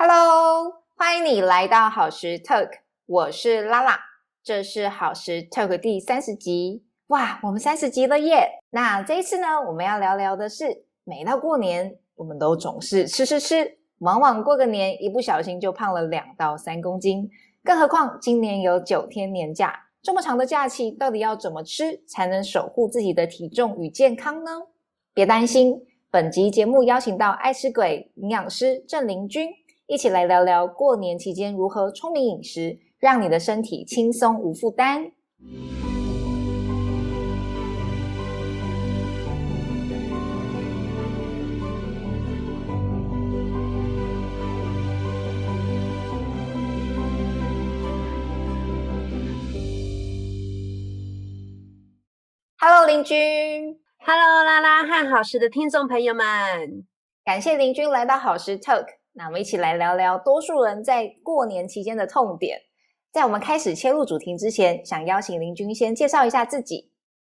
Hello，欢迎你来到好时 Talk， 我是拉拉，这是好时 Talk 第30集。哇，我们30集了耶！那这一次呢，我们要聊聊的是，每到过年，我们都总是吃，往往过个年，一不小心就胖了2到3公斤。更何况今年有9天年假，这么长的假期，到底要怎么吃才能守护自己的体重与健康呢？别担心，本集节目邀请到爱吃鬼营养师郑林君，一起来聊聊过年期间如何聪明饮食，让你的身体轻松无负担。Hello， 林君。 Hello， 拉拉和好时的听众朋友们， 感谢林君来到好时 Talk。那我们一起来聊聊多数人在过年期间的痛点。在我们开始切入主题之前，想邀请林君先介绍一下自己。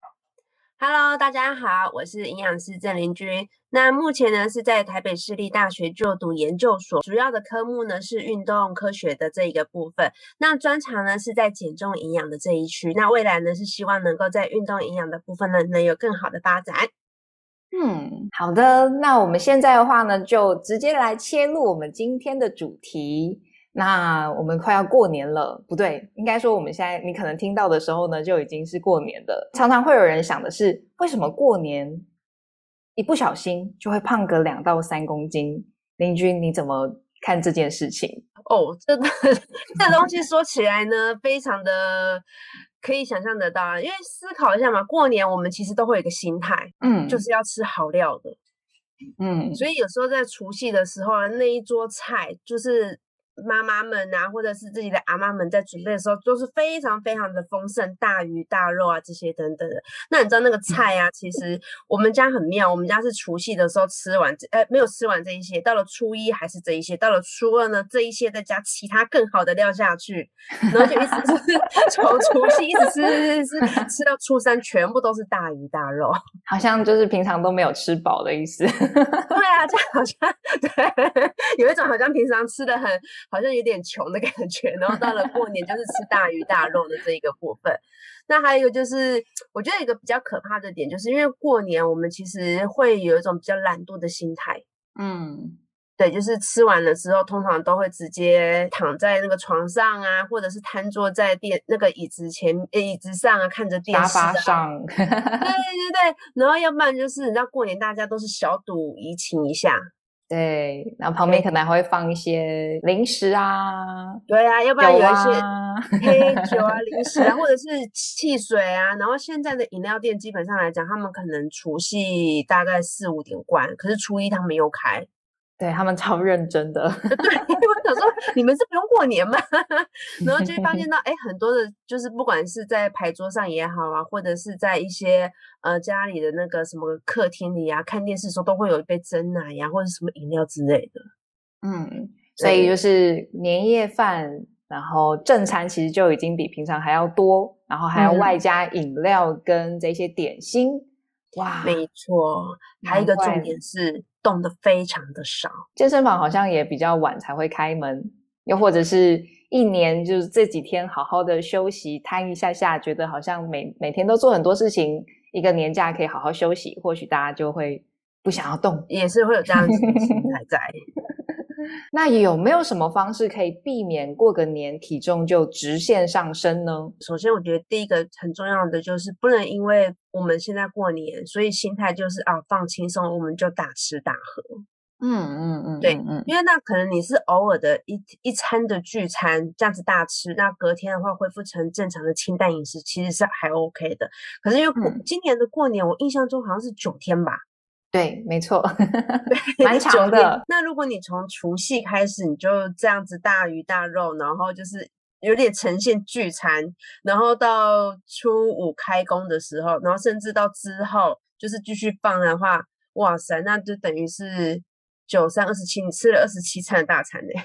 Hello， 大家好，我是营养师郑林君。那目前呢是在台北市立大学就读研究所，主要的科目呢是运动科学的这一个部分。那专长呢是在减重营养的这一区。那未来呢是希望能够在运动营养的部分呢能有更好的发展。 好的，那我们现在的话呢，就直接来切入我们今天的主题。那我们快要过年了，不对，应该说我们现在你可能听到的时候呢，就已经是过年的。常常会有人想的是，为什么过年一不小心就会胖个2到3公斤？林君，你怎么看这件事情？ 真的，这东西说起来呢，非常的可以想象得到，因为思考一下嘛，过年我们其实都会有一个心态，就是要吃好料的，所以有时候在除夕的时候啊，那一桌菜就是妈妈们啊，或者是自己的阿嬷们在准备的时候，都是非常非常的丰盛，大鱼大肉啊这些等等的。那你知道那个菜啊，其实我们家很妙，我们家是除夕的时候吃完，没有吃完这一些，到了初一还是这一些，到了初二呢，这一些再加其他更好的料下去，然后就一直是从除夕一直吃到初三，全部都是大鱼大肉， 好像就是平常都没有吃饱的意思。 对啊，这好像对，有一种好像平常吃的好像有点穷的感觉，然后到了过年就是吃大鱼大肉的这一个部分。那还有一个就是，我觉得一个比较可怕的点，就是因为过年我们其实会有一种比较懒惰的心态。对，就是吃完了之后，通常都会直接躺在那个床上啊，或者是瘫坐在那个椅子上啊，看着电视沙发上。 对，然后要不然就是你知道过年大家都是小赌怡情一下。 对，然后旁边可能还会放一些零食啊， 对啊，要不然有一些黑酒啊、零食啊，或者是汽水啊。然后现在的饮料店基本上来讲，他们可能除夕大概4、5点关，可是初一他们又开。 对，他们超认真的。 对，我想说你们是不用过年吗？然后就会发现到，很多的，就是不管是在牌桌上也好啊，或者是在一些家里的那个什么客厅里啊，看电视的时候都会有一杯珍奶呀，或者什么饮料之类的。 所以就是年夜饭，然后正餐其实就已经比平常还要多，然后还要外加饮料跟这些点心。哇， 没错，还有一个重点是动得非常的少。 健身房好像也比较晚才会开门，又或者是一年就是这几天好好的休息摊一下下，觉得好像每天都做很多事情，一个年假可以好好休息，或许大家就会不想要动， 也是会有这样子的心态在。 那有没有什么方式可以避免过个年体重就直线上升呢？ 首先我觉得第一个很重要的就是不能因为我们现在过年，所以心态就是放轻松，我们就大吃大喝。对，因为那可能你是偶尔的一餐的聚餐这样子大吃，那隔天的话恢复成正常的清淡饮食，其实是还 OK 的。可是因为今年的过年，我印象中好像是9天吧。 对，没错，蛮长的。 那如果你从除夕开始，你就这样子大鱼大肉，然后就是有点呈现聚餐，然后到初5开工的时候，然后甚至到之后就是继续放的话，哇塞，那就等于是9、3、27，你吃了27餐的大餐欸。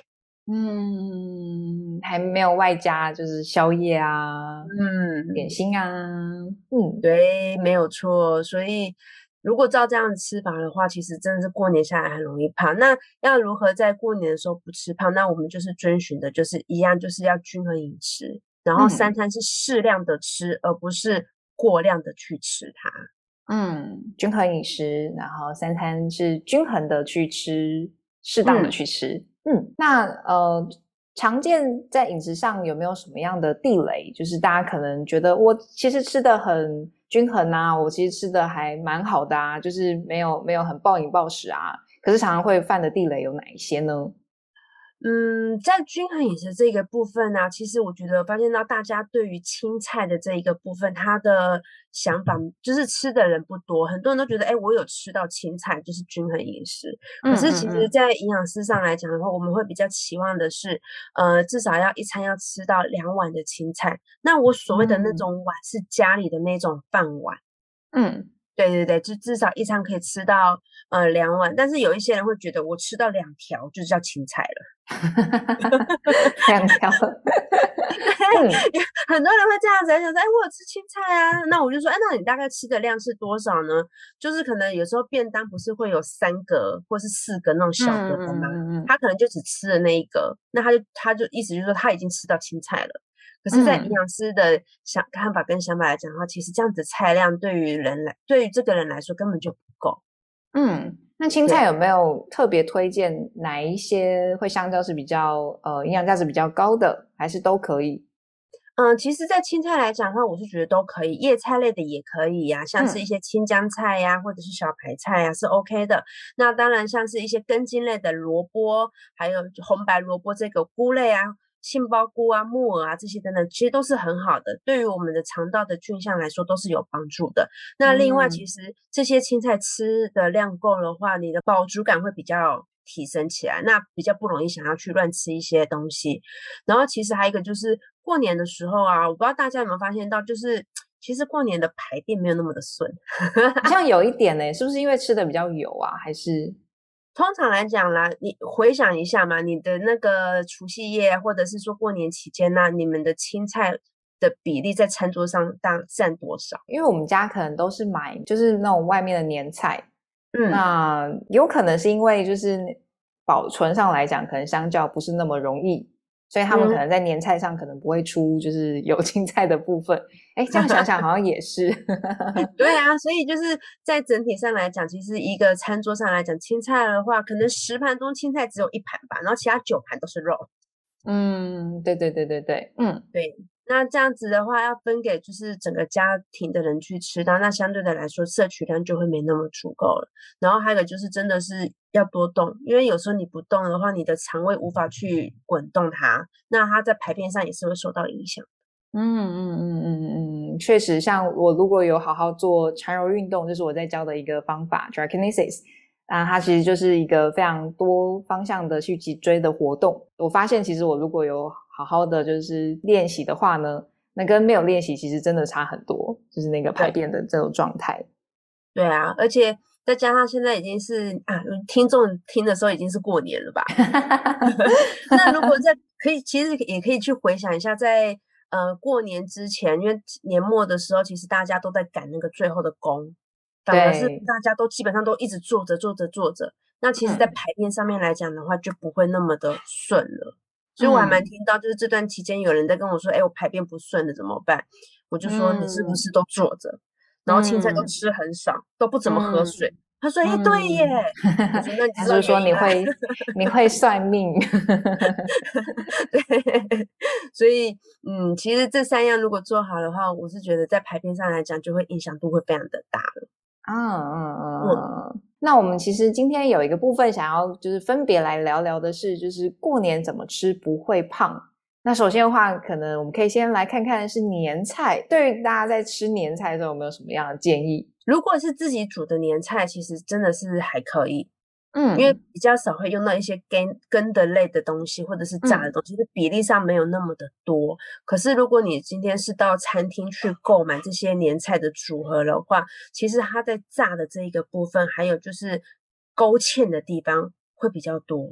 还没有外加就是宵夜啊，点心啊， 对，没有错。所以如果照这样的吃法的话，其实真的是过年下来很容易胖。那要如何在过年的时候不吃胖？那我们就是遵循的就是一样，就是要均衡饮食，然后3餐是适量的吃，而不是过量的去吃它。 均衡饮食，然后3餐是均衡的去吃，适当的去吃。那常见在饮食上有没有什么样的地雷？就是大家可能觉得我其实吃的很均衡啊，我其实吃的还蛮好的啊，就是没有很暴饮暴食啊，可是常常会犯的地雷有哪一些呢？ 在均衡饮食这个部分呢，其实我觉得发现到大家对于青菜的这一个部分，他的想法就是吃的人不多，很多人都觉得，我有吃到青菜就是均衡饮食。可是其实在营养师上来讲的话，我们会比较期望的是，至少要一餐要吃到2碗的青菜。那我所谓的那种碗是家里的那种饭碗。对对对，就至少一餐可以吃到2碗，但是有一些人会觉得我吃到2条就叫青菜了 2条很多人会这样子想说，我有吃青菜啊，那我就说，那你大概吃的量是多少呢？就是可能有时候便当不是会有3格或是4格那种小格的吗？他可能就只吃了那一格，那他就意思就是说他已经吃到青菜了。可是，在营养师的看法跟想法来讲的话，其实这样子菜量对于这个人来说根本就不够。 那青菜有没有特别推荐哪一些会相较是比较营养价值比较高的，还是都可以？ 其实在青菜来讲的话，我是觉得都可以，叶菜类的也可以呀，像是一些青江菜呀，或者是小白菜呀，是 OK 的。那当然像是一些根茎类的萝卜，还有红白萝卜这个菇类啊，杏鲍菇啊、木耳啊这些等等，其实都是很好的，对于我们的肠道的菌相来说都是有帮助的。那另外，其实这些青菜吃的量够的话，你的饱足感会比较提升起来，那比较不容易想要去乱吃一些东西。然后其实还有一个就是过年的时候啊，我不知道大家有没有发现到，就是其实过年的排便没有那么的顺， 好像有一点呢，是不是因为吃的比较油啊？还是？ 通常来讲啦，你回想一下嘛，你的那个除夕夜或者是说过年期间你们的青菜的比例在餐桌上占多少？ 因为我们家可能都是买就是那种外面的年菜，那有可能是因为就是保存上来讲，可能相较不是那么容易，所以他们可能在年菜上可能不会出就是有青菜的部分。这样想想好像也是对啊，所以就是在整体上来讲，其实一个餐桌上来讲，青菜的话，可能10盘中青菜只有1盘吧，然后其他9盘都是肉。 对对对对对， 对。那这样子的话，要分给就是整个家庭的人去吃到，那相对的来说，摄取量就会没那么足够了。然后还有一个就是真的是要多动，因为有时候你不动的话，你的肠胃无法去滚动它，那它在排便上也是会受到影响。 确实，像我如果有好好做缠柔运动，就是我在教的一个方法 Drakinesis， 它其实就是一个非常多方向的去脊椎的活动。我发现其实我如果有好好的就是练习的话呢，那跟没有练习其实真的差很多，就是那个排便的这种状态。 对啊，而且再加上现在已经是听众听的时候已经是过年了吧那如果其实也可以去回想一下在过年之前，因为年末的时候其实大家都在赶那个最后的工，反而是大家都基本上都一直坐着，那其实在排便上面来讲的话就不会那么的顺了。所以我还蛮听到就是这段期间有人在跟我说我排便不顺了怎么办，我就说你是不是都坐着，然后青菜都吃很少，都不怎么喝水。他说对耶我说那你知道说原因啦你会算命对，所以其实这3样如果做好的话，我是觉得在排便上来讲就会影响度会非常的大了。 那我们其实今天有一个部分想要就是分别来聊聊的是，就是过年怎么吃不会胖。那首先的话，可能我们可以先来看看是年菜，对于大家在吃年菜的时候有没有什么样的建议？ 如果是自己煮的年菜，其实真的是还可以。因为比较少会用到一些根的类的东西，或者是炸的东西，比例上没有那么的多。可是如果你今天是到餐厅去购买这些年菜的组合的话，其实它在炸的这一个部分，还有就是勾芡的地方会比较多。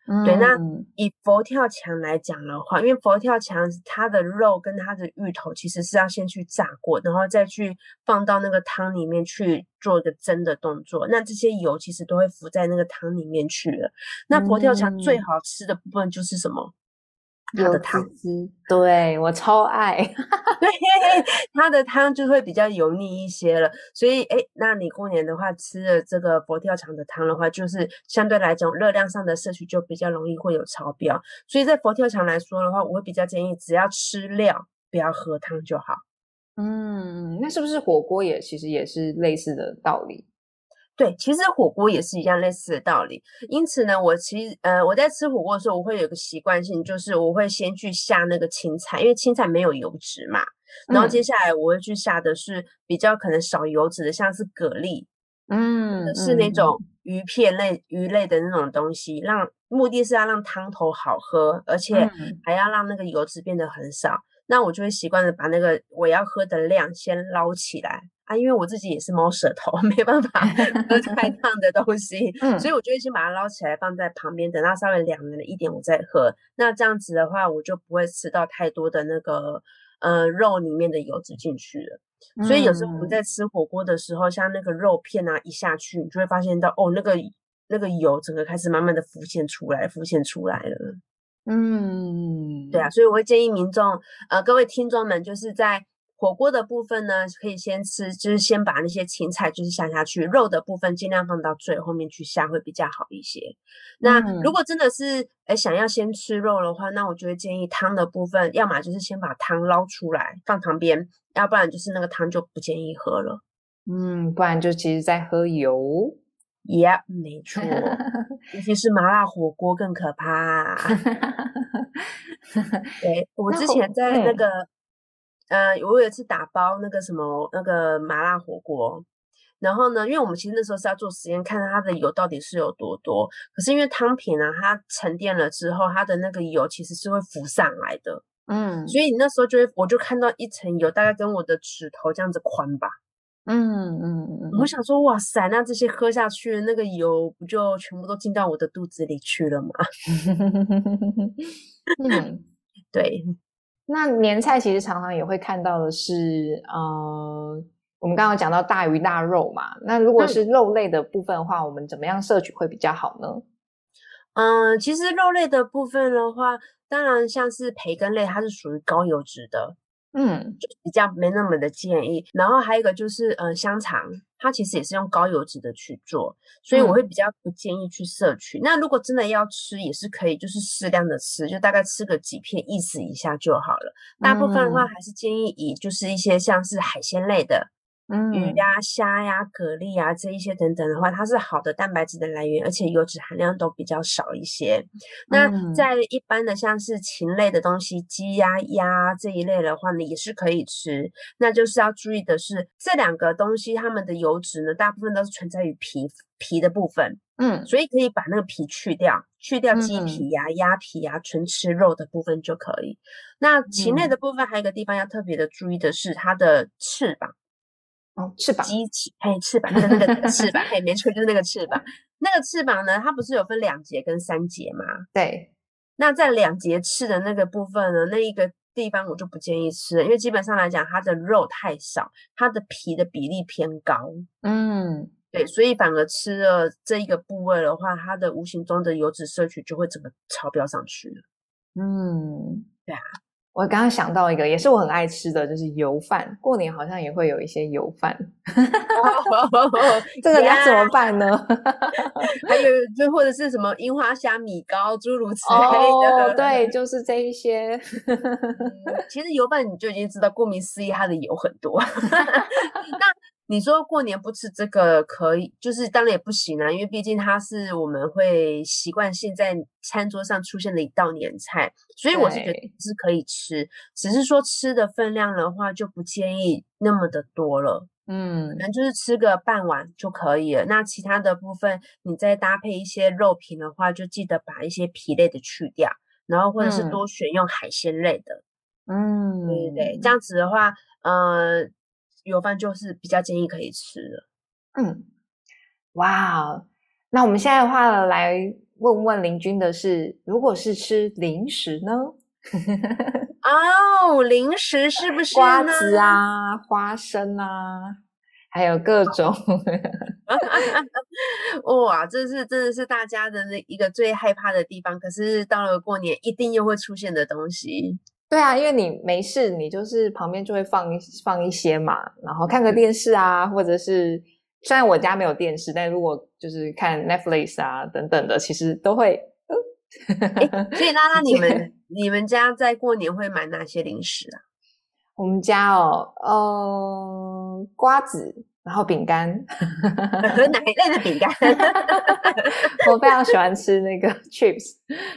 对，那以佛跳墙来讲的话，因为佛跳墙它的肉跟它的芋头其实是要先去炸过，然后再去放到那个汤里面去做一个蒸的动作，那这些油其实都会浮在那个汤里面去了。那佛跳墙最好吃的部分就是什么？它的汤， 对，我超爱。 对，它的汤就会比较油腻一些了。所以，那你过年的话吃了这个佛跳墙的汤的话，就是相对来讲热量上的摄取就比较容易会有超标。所以在佛跳墙来说的话，我会比较建议只要吃料，不要喝汤就好。 那是不是火锅其实也是类似的道理？ 对，其实火锅也是一样类似的道理。因此呢，我在吃火锅的时候，我会有个习惯性，就是我会先去下那个青菜，因为青菜没有油脂嘛。然后接下来我会去下的是比较可能少油脂的，像是蛤蜊，或者是那种鱼类的那种东西，目的是要让汤头好喝，而且还要让那个油脂变得很少。那我就会习惯的把那个我要喝的量先捞起来啊，因为我自己也是猫舌头，没办法喝太烫的东西，所以我就会先把它捞起来放在旁边，等它稍微凉了一点我再喝。那这样子的话，我就不会吃到太多的那个肉里面的油脂进去了。所以有时候我们在吃火锅的时候，像那个肉片啊一下去，你就会发现到那个油整个开始慢慢的浮现出来了。对啊，所以我会建议民众，各位听众们，就是在火锅的部分呢，可以先吃，就是先把那些青菜就是下去，肉的部分尽量放到最后面去下，会比较好一些。那如果真的是想要先吃肉的话，那我就会建议汤的部分，要么就是先把汤捞出来放旁边，要不然就是那个汤就不建议喝了。 不然就其实在喝油。 没错，尤其是麻辣火锅更可怕。对，我之前在那个，我有一次打包那个什么那个麻辣火锅，然后呢，因为我们其实那时候是要做实验，看它的油到底是有多多。可是因为汤品啊，它沉淀了之后，它的那个油其实是会浮上来的，所以你那时候我就看到一层油，大概跟我的指头这样子宽吧。我想说，哇塞，那这些喝下去的那个油不就全部都进到我的肚子里去了吗？对。 那年菜其实常常也会看到的是，我们刚刚讲到大鱼大肉嘛，那如果是肉类的部分的话，我们怎么样摄取会比较好呢？ 其实肉类的部分的话，当然像是培根类，它是属于高油脂的。就比较没那么的建议。然后还有一个就是香肠，它其实也是用高油脂的去做，所以我会比较不建议去摄取。那如果真的要吃，也是可以，就是适量的吃，就大概吃个几片意思一下就好了。大部分的话还是建议以就是一些像是海鲜类的。鱼呀、虾呀、蛤蜊呀这一些等等的话，它是好的蛋白质的来源，而且油脂含量都比较少一些。那在一般的像是禽类的东西，鸡呀、鸭这一类的话呢，也是可以吃。那就是要注意的是，这两个东西它们的油脂呢，大部分都是存在于皮的部分。所以可以把那个皮去掉鸡皮呀、鸭皮呀，纯吃肉的部分就可以。那禽类的部分还有一个地方要特别的注意的是它的翅膀。 翅膀， 翅膀，那个翅膀，没错，就是那个翅膀。那个翅膀呢，它不是有分2节跟3节吗？ 对。 那在2节翅的那个部分呢，那一个地方我就不建议吃了，因为基本上来讲，它的肉太少，它的皮的比例偏高。对，所以反而吃了这一个部位的话，它的无形中的油脂摄取就会整个超标上去了。对啊。 我刚刚想到一个，也是我很爱吃的，就是油饭。过年好像也会有一些油饭，这个要怎么办呢？ 还有就或者是什么樱花虾米糕，诸如此类的。 对，就是这一些。 其实油饭你就已经知道，顾名思义，它的油很多。那你说过年不吃这个可以，就是当然也不行啊，因为毕竟它是我们会习惯性在餐桌上出现的一道年菜，所以我是觉得是可以吃，只是说吃的分量的话就不建议那么的多了。可能就是吃个半碗就可以了。那其他的部分你再搭配一些肉品的话，就记得把一些皮类的去掉，然后或者是多选用海鲜类的。对，这样子的话，油饭就是比较建议可以吃的。 哇，那我们现在的话来问问邻居的是，如果是吃零食呢？ 哦，零食是不是瓜子啊，花生啊，还有各种。 哇，这是真的是大家的那一个最害怕的地方，可是到了过年一定又会出现的东西。 对啊，因为你没事，你就是旁边就会放一些嘛，然后看个电视啊，或者是虽然我家没有电视，但如果就是看 Netflix 啊等等的，其实都会。 所以拉拉，你们家在过年会买哪些零食啊？ 我们家瓜子，然后饼干。 哪一类的饼干？ 我非常喜欢吃那个 chips。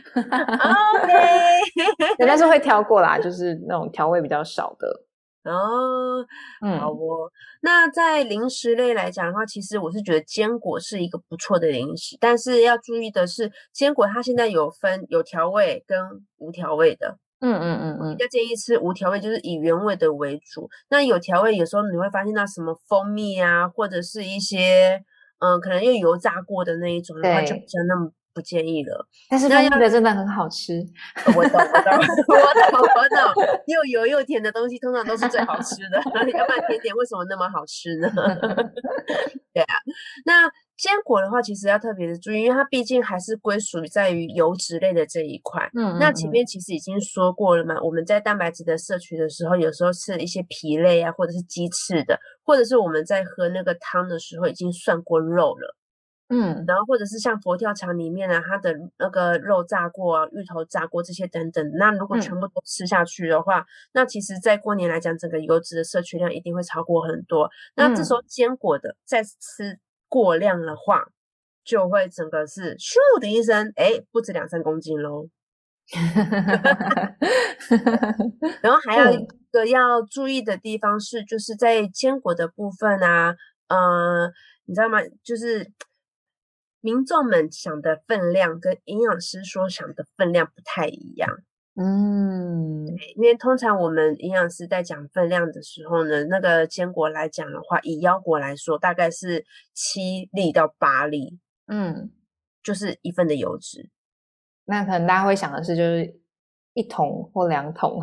OK， 但是会挑过啦，就是那种调味比较少的。 哦，好哦。那在零食类来讲的话，其实我是觉得坚果是一个不错的零食，但是要注意的是，坚果它现在有分有调味跟无调味的。比较建议吃无调味，就是以原味的为主。那有调味，有时候你会发现到什么蜂蜜啊，或者是一些可能又油炸过的那一种的话，就比较那么不建议了。 但是蜂蜜的真的很好吃。 我懂，又油又甜的东西通常都是最好吃的，要不然甜点为什么那么好吃呢？对啊，那坚果的话，其实要特别的注意，因为它毕竟还是归属于在于油脂类的这一块。那前面其实已经说过了嘛，我们在蛋白质的摄取的时候，有时候吃一些皮类啊，或者是鸡翅的，或者是我们在喝那个汤的时候已经涮过肉了。然后或者是像佛跳墙里面啊，它的那个肉炸过啊，芋头炸过这些等等，那如果全部都吃下去的话，那其实在过年来讲，整个油脂的摄取量一定会超过很多。那这时候坚果的再吃过量的话，就会整个是咻的一声，不止2-3公斤咯。然后还有一个要注意的地方是，就是在坚果的部分啊，你知道吗？就是民众们想的分量跟营养师所想的分量不太一样。因为通常我们营养师在讲分量的时候呢，那个坚果来讲的话，以腰果来说，大概是7粒到8粒，就是1份的油脂。 那可能大家会想的是，就是1桶或2桶。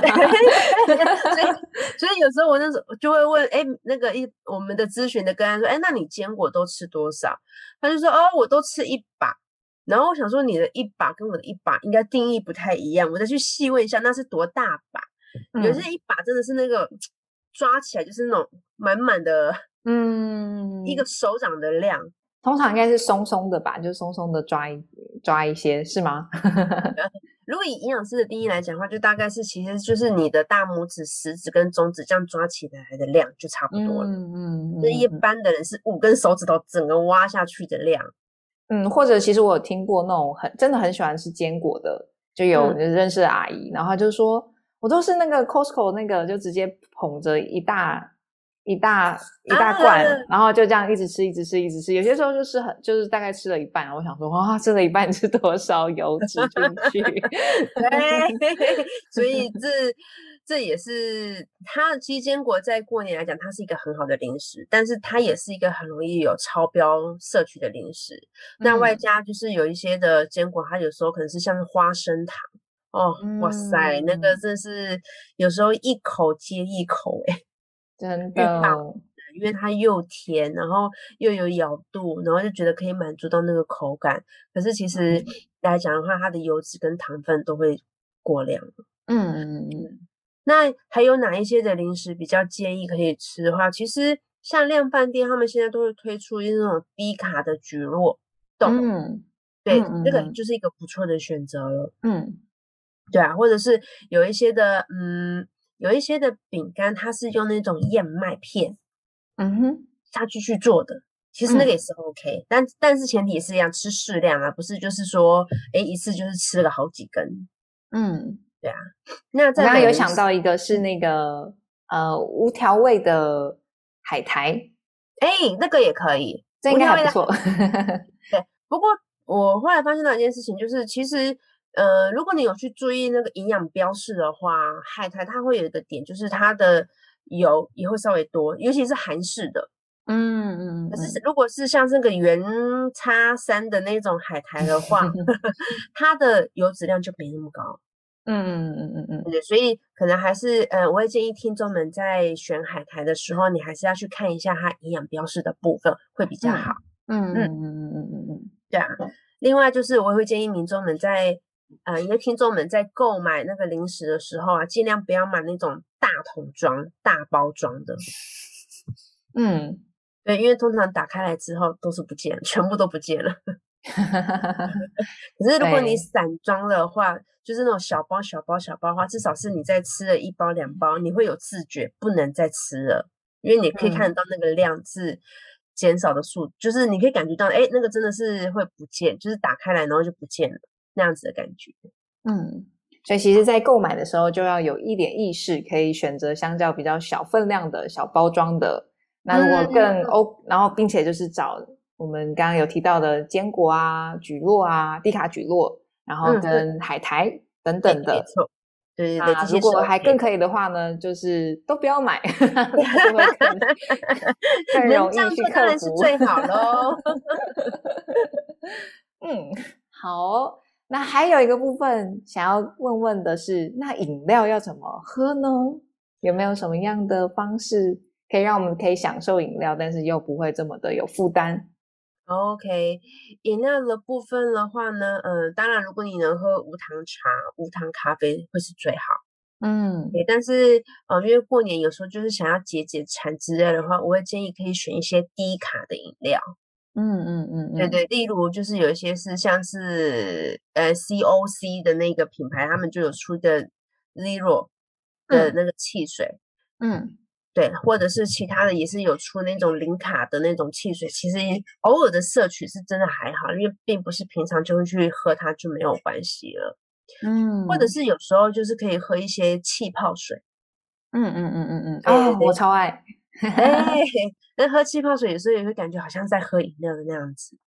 所以有时候我那时候就会问，那个我们的咨询的个案说，那你坚果都吃多少？他就说，我都吃1把。然后我想说，你的1把跟我的1把应该定义不太一样，我再去细问一下，那是多大把？有些1把真的是那个抓起来就是那种满满的，一个手掌的量。 通常应该是松松的吧，就松松的抓一些，是吗？ 如果以营养师的定义来讲的话，就大概是其实就是你的大拇指、食指跟中指这样抓起来的量就差不多了。那一般的人是5根手指头整个挖下去的量。 或者其实我有听过那种真的很喜欢吃坚果的，就有认识的阿姨，然后就说我都是那个 Costco 那个就直接捧着一大罐，然后就这样一直吃。有些时候就是大概吃了一半，我想说哇，吃了一半是多少油脂进去？ 对，所以这也是它其实坚果在过年来讲，它是一个很好的零食，但是它也是一个很容易有超标摄取的零食。那外加就是有一些的坚果，它有时候可能是像花生糖哇塞，那个真是有时候一口接一口真的， 因为它又甜，然后又有咬度，然后就觉得可以满足到那个口感。可是其实来讲的话，它的油脂跟糖分都会过量。那还有哪一些的零食比较建议可以吃的话，其实像量贩店他们现在都会推出那种低卡的蒟蒻豆，对，这个就是一个不错的选择了。对啊，或者是有一些的饼干，它是用那种燕麦片下去做的，其实那个也是 OK，但是前提也是一样，吃适量啊，不是就是说一次就是吃了好几根。对啊，那我刚刚有想到一个是那个无调味的海苔， 那个也可以， 这应该还不错。 对，不过我后来发现到一件事情，就是其实如果你有去注意那个营养标示的话，海苔它会有一个点，就是它的油也会稍微多，尤其是韩式的。 可是如果是像这个原叉3的那种海苔的话，它的油脂量就没那么高。对，所以可能还是我会建议听众们在选海苔的时候，你还是要去看一下它营养标示的部分会比较好。对啊。另外就是我会建议民众们在因为听众们在购买那个零食的时候啊，尽量不要买那种大桶装、大包装的。对，因为通常打开来之后都是不见了，全部都不见了。可是如果你散装的话，就是那种小包的话，至少是你在吃了1包2包，你会有自觉不能再吃了，因为你可以看得到那个量是减少的数，就是你可以感觉到，那个真的是会不见，就是打开来然后就不见了那样子的感觉。 所以其实在购买的时候就要有一点意识，可以选择相较比较小分量的小包装的。那如果然后并且就是找我们刚刚有提到的坚果啊、蒟蒻啊、低卡蒟蒻，然后跟海苔等等的。 没错，对， 如果还更可以的话呢，就是都不要买，更容易去克服。 当然是最好咯。 好。那还有一个部分想要问问的是，那饮料要怎么喝呢？有没有什么样的方式可以让我们可以享受饮料，但是又不会这么的有负担？ OK， 饮料的部分的话呢，当然如果你能喝无糖茶、无糖咖啡会是最好。对，但是因为过年有时候就是想要解馋之类的话，我会建议可以选一些低卡的饮料。对，例如就是有一些是像是COC 的那个品牌，他们就有出的 Zero 的那个汽水。对，或者是其他的也是有出那种零卡的那种汽水，其实偶尔的摄取是真的还好，因为并不是平常就会去喝它就没有关系了。或者是有时候就是可以喝一些气泡水。 我超爱。 那喝气泡水有时候也会感觉好像在喝饮料的那样子。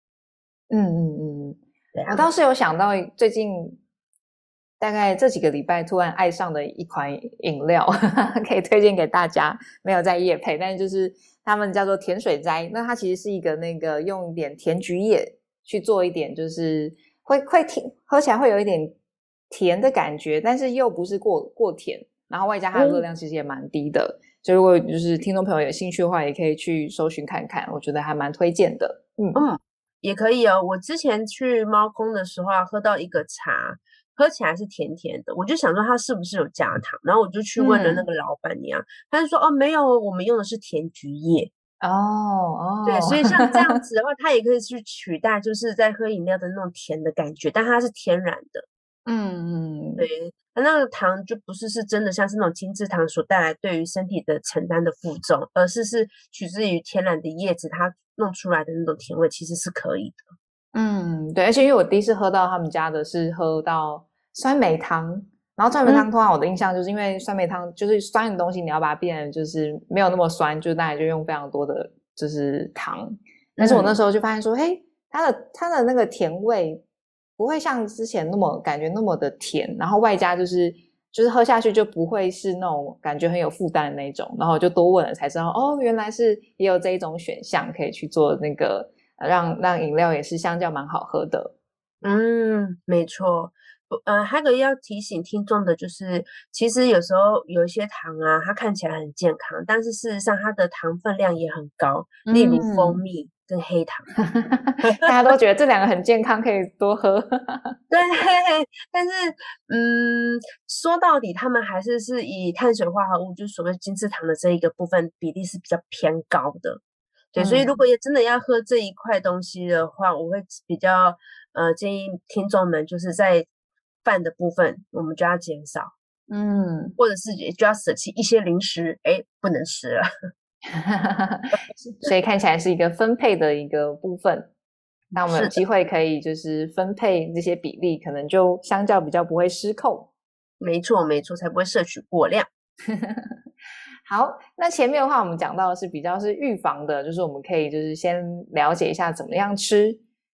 我倒是有想到最近大概这几个礼拜突然爱上的一款饮料可以推荐给大家，没有在业配，但是就是他们叫做甜水斋。那它其实是一个那个用一点甜菊叶去做一点，就是会甜，喝起来会有一点甜的感觉，但是又不是过甜，然后外加它的热量其实也蛮低的。所以如果就是听众朋友有兴趣的话，也可以去搜寻看看，我觉得还蛮推荐的。 也可以哦。我之前去猫空的时候喝到一个茶，喝起来是甜甜的，我就想说它是不是有加糖，然后我就去问了那个老板娘，她就说没有，我们用的是甜菊叶。对，所以像这样子的话，它也可以去取代就是在喝饮料的那种甜的感觉，但它是天然的。对，那个糖就不是真的像是那种精制糖所带来对于身体的承担的负重，而是取自于天然的叶子它弄出来的那种甜味，其实是可以的。 对，而且因为我第一次喝到他们家的是喝到酸梅汤，然后酸梅汤通常我的印象就是因为酸梅汤就是酸的东西，你要把它变得就是没有那么酸，就大概就用非常多的就是糖。但是我那时候就发现说，它的那个甜味不会像之前那么感觉那么的甜，然后外加就是喝下去就不会是那种感觉很有负担的那种，然后我就多问了才知道，原来是也有这一种选项可以去做那个让饮料也是相较蛮好喝的。 没错。还有要提醒听众的就是，其实有时候有一些糖啊，它看起来很健康，但是事实上它的糖分量也很高，例如蜂蜜跟黑糖。 大家都觉得这两个很健康，可以多喝。 对，但是说到底他们还是以碳水化合物，就是所谓精制糖的这一个部分比例是比较偏高的。对，所以如果也真的要喝这一块东西的话，我会比较建议听众们就是在饭的部分我们就要减少，或者是就要舍弃一些零食，不能吃了。 所以看起来是一个分配的一个部分，那我们有机会可以就是分配这些比例，可能就相较比较不会失控。 没错，才不会摄取过量。 好，那前面的话我们讲到的是比较是预防的，就是我们可以就是先了解一下怎么样吃。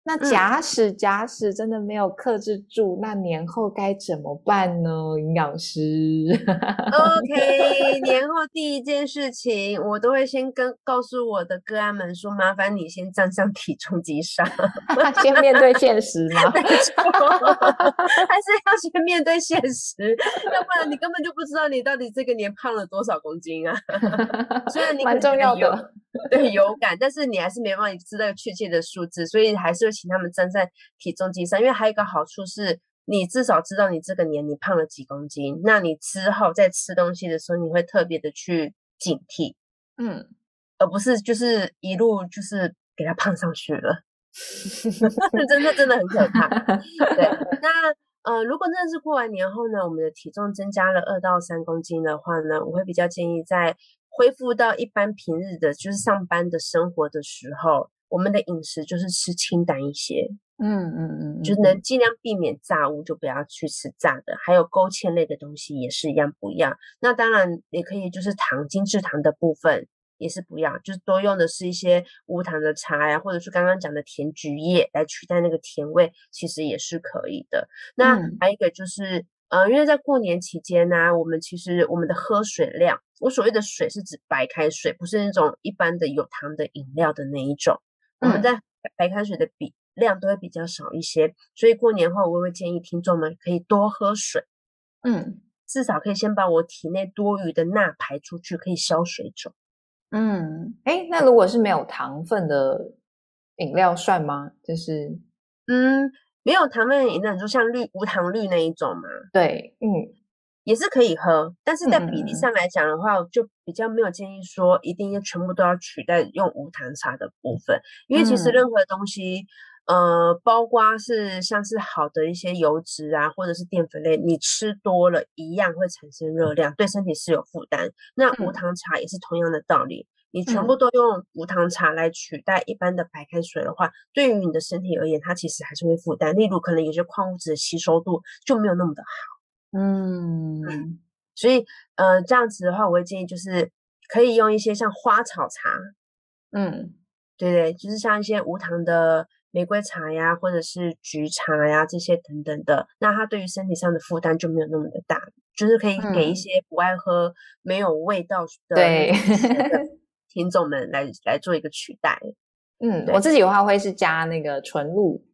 那假使真的没有克制住，那年后该怎么办呢？营养师 OK，年后第一件事情，我都会先告诉我的个案们说，麻烦你先站上体重机上， 先面对现实吗？ 没错，还是要先面对现实，要不然你根本就不知道你到底这个年胖了多少公斤啊。虽然你可蛮能觉得重要的。 对有感，但是你还是没办法知道确切的数字，所以还是会请他们站在体重机上，因为还有一个好处是。你至少知道你这个年你胖了几公斤，那你之后在吃东西的时候，你会特别的去警惕，而不是就是一路就是给它胖上去了，真的很可怕。对，那如果真的是过完年后呢，我们的体重增加了2到3公斤的话呢，我会比较建议在恢复到一般平日的，就是上班的生活的时候，我们的饮食就是吃清淡一些。就是能尽量避免炸物，就不要去吃炸的，还有勾芡类的东西也是一样不要。那当然也可以，就是精制糖的部分也是不要，就是多用的是一些无糖的茶呀，或者是刚刚讲的甜菊叶来取代那个甜味，其实也是可以的。那还有一个就是，因为在过年期间呢，我们其实我们的喝水量，我所谓的水是指白开水，不是那种一般的有糖的饮料的那一种。我们在白开水的量都会比较少一些，所以过年后我会建议听众们可以多喝水，至少可以先把我体内多余的钠排出去，可以消水肿。 那如果是没有糖分的饮料算吗？就是没有糖分的饮料，你说像无糖绿那一种嘛？ 对， 也是可以喝，但是在比例上来讲的话，就比较没有建议说一定要全部都要取代用无糖茶的部分，因为其实任何东西，包括是像是好的一些油脂啊，或者是淀粉类，你吃多了一样会产生热量，对身体是有负担。那无糖茶也是同样的道理，你全部都用无糖茶来取代一般的白开水的话，对于你的身体而言，它其实还是会负担。例如，可能有些矿物质的吸收度就没有那么的好。所以这样子的话，我会建议就是可以用一些像花草茶，对，就是像一些无糖的玫瑰茶呀，或者是菊茶呀这些等等的，那它对于身体上的负担就没有那么的大，就是可以给一些不爱喝没有味道的那种听众们来做一个取代。 我自己的话会是加那个纯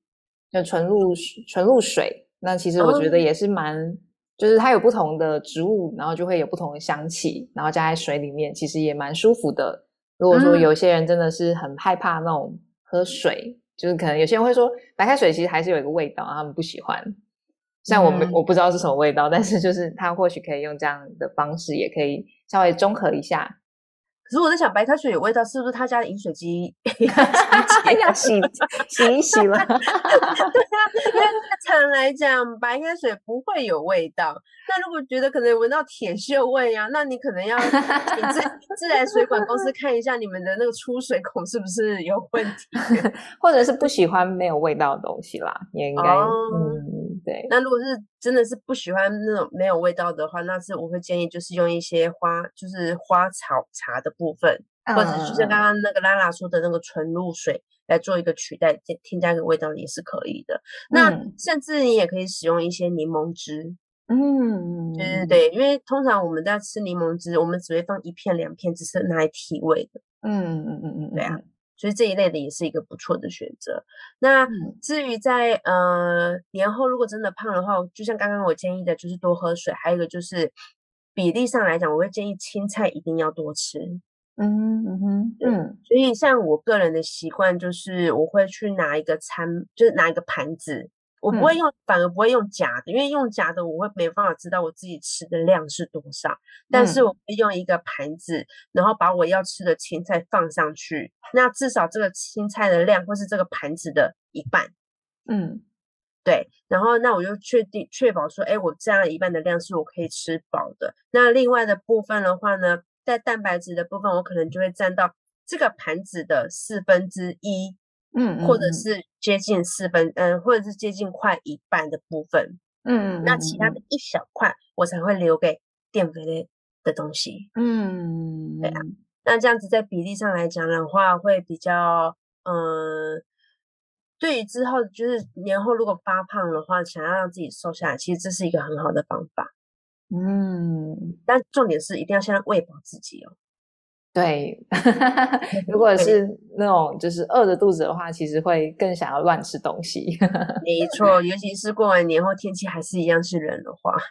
露水，那其实我觉得也是就是它有不同的植物，然后就会有不同的香气，然后加在水里面，其实也蛮舒服的。如果说有些人真的是很害怕那种喝水，就是可能有些人会说白开水其实还是有一个味道，他们不喜欢。虽然我不知道是什么味道，但是就是他或许可以用这样的方式，也可以稍微中和一下。 可是我在想，白开水有味道，是不是他家的饮水机要洗一洗了？对啊，因为正常来讲，白开水不会有味道。那如果觉得可能闻到铁锈味啊，那你可能要请自来水管公司看一下你们的那个出水孔是不是有问题， 或者是不喜欢没有味道的东西啦，也应该对。 那如果是真的是不喜欢那种没有味道的话，那是我会建议就是用一些就是花草茶的部分，或者就像刚刚那个拉拉说的那个纯露水来做一个取代，添加一个味道也是可以的。那甚至你也可以使用一些柠檬汁，对，因为通常我们在吃柠檬汁，我们只会放1片2片，只是拿来提味的。对啊。所以这一类的也是一个不错的选择。那至于在年后如果真的胖的话，就像刚刚我建议的，就是多喝水，还有一个就是比例上来讲，我会建议青菜一定要多吃。所以像我个人的习惯就是我会去拿一个就是拿一个盘子。我不会反而不会用夹的，因为用夹的我会没办法知道我自己吃的量是多少。但是我会用一个盘子，然后把我要吃的青菜放上去，那至少这个青菜的量或是这个盘子的一半。对，然后那我就确保说，我这样一半的量是我可以吃饱的。那另外的部分的话呢，在蛋白质的部分，我可能就会占到这个盘子的1/4。或者是接近或者是接近快一半的部分，那其他的一小块我才会留给淀粉类的东西，对啊，那这样子在比例上来讲的话，会比较对于之后就是年后如果发胖的话，想要让自己瘦下来，其实这是一个很好的方法。但重点是一定要先喂饱自己哦。 对，如果是那种就是饿着肚子的话，其实会更想要乱吃东西。 没错，尤其是过完年后天气还是一样是冷的话。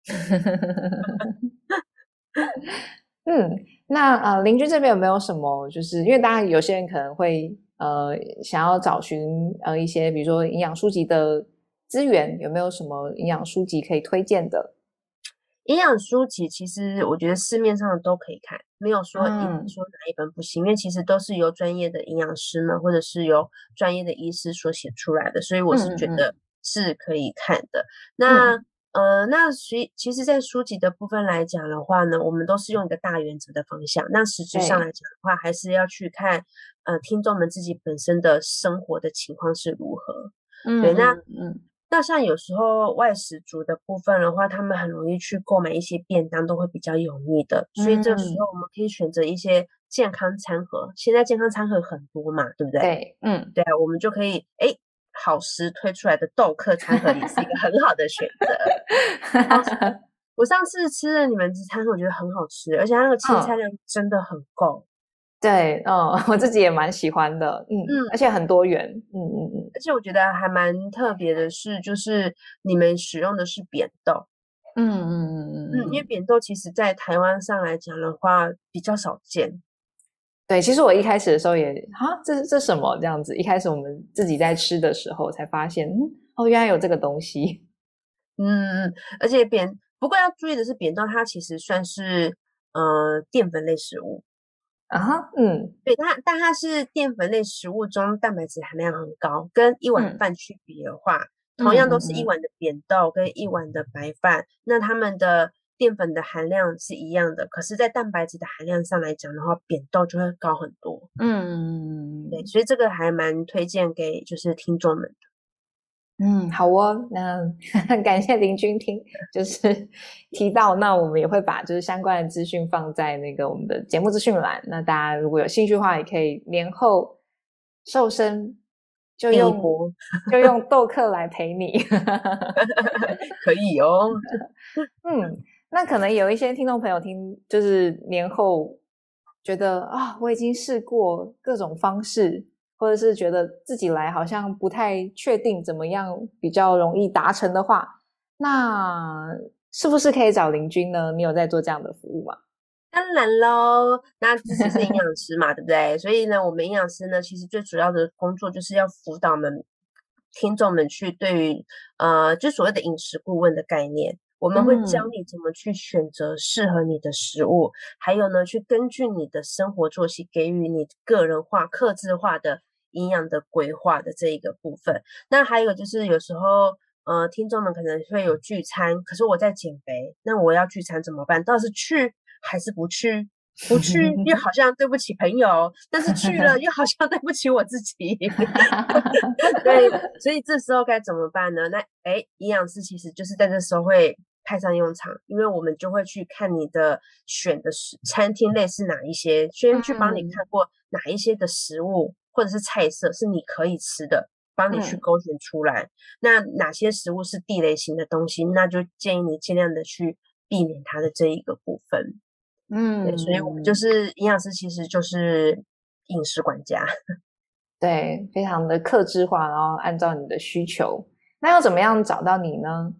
那邻居这边有没有什么？就是因为大家有些人可能会想要找寻一些比如说营养书籍的资源，有没有什么营养书籍可以推荐的？ 营养书籍其实我觉得市面上的都可以看，没有说一定说哪一本不行，因为其实都是由专业的营养师们或者是由专业的医师所写出来的，所以我是觉得是可以看的。那其实，在书籍的部分来讲的话呢，我们都是用一个大原则的方向。那实质上来讲的话，还是要去看听众们自己本身的生活的情况是如何。对，那像有时候外食族的部分的话，他们很容易去购买一些便当，都会比较油腻的，所以这时候我们可以选择一些健康餐盒。现在健康餐盒很多嘛，对不对？ 对， 对啊，我们就可以好食推出来的豆客餐盒也是一个很好的选择。我上次吃了你们这餐盒，我觉得很好吃，而且它那个青菜量真的很够。 对，我自己也蛮喜欢的，而且很多元， 而且我觉得还蛮特别的是，就是你们使用的是扁豆，因为扁豆其实在台湾上来讲的话比较少见。 对，其实我一开始的时候也这什么这样子，一开始我们自己在吃的时候才发现，原来有这个东西。 而且不过要注意的是，扁豆它其实算是淀粉类食物。对，但它是淀粉类食物中蛋白质含量很高，跟一碗饭去比的话，同样都是一碗的扁豆跟一碗的白饭，那它们的淀粉的含量是一样的，可是在蛋白质的含量上来讲的话，扁豆就会高很多。对，所以这个还蛮推荐给就是听众们的。 好哦，那感谢林君就是提到，那我们也会把就是相关的资讯放在那个我们的节目资讯栏。那大家如果有兴趣的话，也可以年后瘦身，就用豆克来陪你。 可以哦。 那可能有一些听众朋友就是年后觉得我已经试过各种方式。或者是觉得自己来好像不太确定怎么样比较容易达成的话，那是不是可以找林君呢？你有在做这样的服务吗？ 当然咯，那自己是营养师嘛，对不对？所以呢，我们营养师呢，其实最主要的工作就是要辅导听众们去对于就所谓的饮食顾问的概念。我们会教你怎么去选择适合你的食物，还有呢，去根据你的生活作息给予你个人化、客制化的营养的规划的这一个部分。那还有就是有时候听众们可能会有聚餐，可是我在减肥，那我要聚餐怎么办？到底是去还是不去？不去又好像对不起朋友，但是去了又好像对不起我自己。对，所以这时候该怎么办呢？那营养师其实就是在这时候会派上用场，因为我们就会去看你的选的餐厅类是哪一些，先去帮你看过哪一些的食物或者是菜色是你可以吃的，帮你去勾选出来。那哪些食物是地雷型的东西，那就建议你尽量的去避免它的这一个部分。对，所以我们就是营养师，其实就是饮食管家。 对，非常的客制化，然后按照你的需求。那要怎么样找到你呢？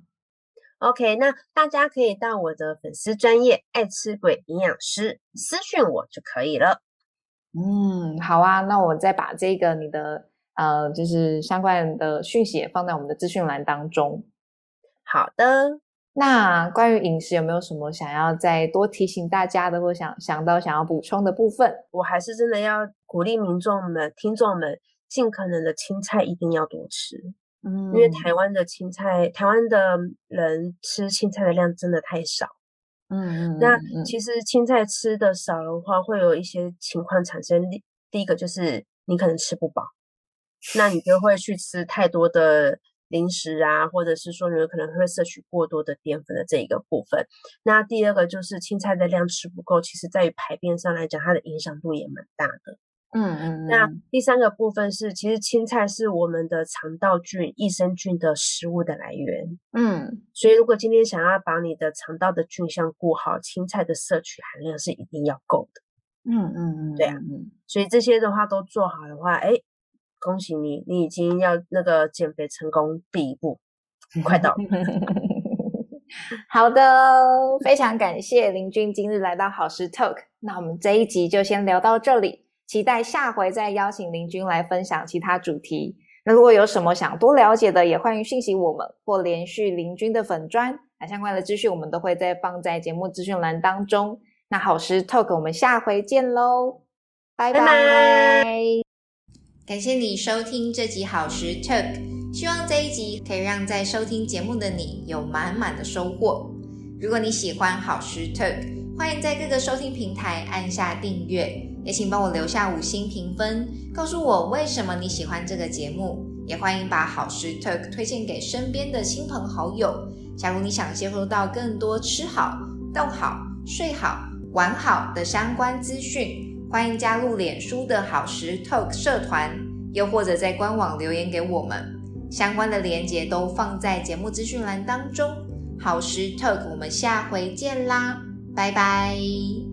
OK， 那大家可以到我的粉丝专页爱吃鬼营养师私讯我就可以了。 好啊，那我再把这个你的就是相关的讯息也放在我们的资讯栏当中。 好的。 那关于饮食有没有什么想要再多提醒大家的，或想要补充的部分？ 我还是真的要鼓励民众们、听众们，尽可能的青菜一定要多吃。因为台湾的人吃青菜的量真的太少。那其实青菜吃的少的话，会有一些情况产生。第一个就是你可能吃不饱，那你就会去吃太多的零食啊，或者是说你可能会摄取过多的淀粉的这一个部分。那第二个就是青菜的量吃不够，其实在于排便上来讲，它的影响度也蛮大的。 那第3个部分是，其实青菜是我们的肠道菌、益生菌的食物的来源。所以如果今天想要把你的肠道的菌相顾好，青菜的摄取含量是一定要够的。对啊，所以这些的话都做好的话，恭喜你，你已经要那个减肥成功第一步，快到了。 好的，非常感谢林君今日来到好食 Talk， 那我们这一集就先聊到这里，期待下回再邀请林君来分享其他主题。那如果有什么想多了解的，也欢迎讯息我们或连续林君的粉专，那相关的资讯我们都会再放在节目资讯栏当中。那好食 Talk 我们下回见咯，拜拜。感谢你收听这集好食 Talk， 希望这一集可以让在收听节目的你有满满的收获。如果你喜欢好食 Talk， 欢迎在各个收听平台按下订阅，也请帮我留下5星评分，告诉我为什么你喜欢这个节目。也欢迎把好食 Talk 推荐给身边的亲朋好友。假如你想接收到更多吃好、动好、睡好、玩好的相关资讯，欢迎加入脸书的好食 Talk 社团，又或者在官网留言给我们，相关的连结都放在节目资讯栏当中。好食 Talk 我们下回见啦，拜拜。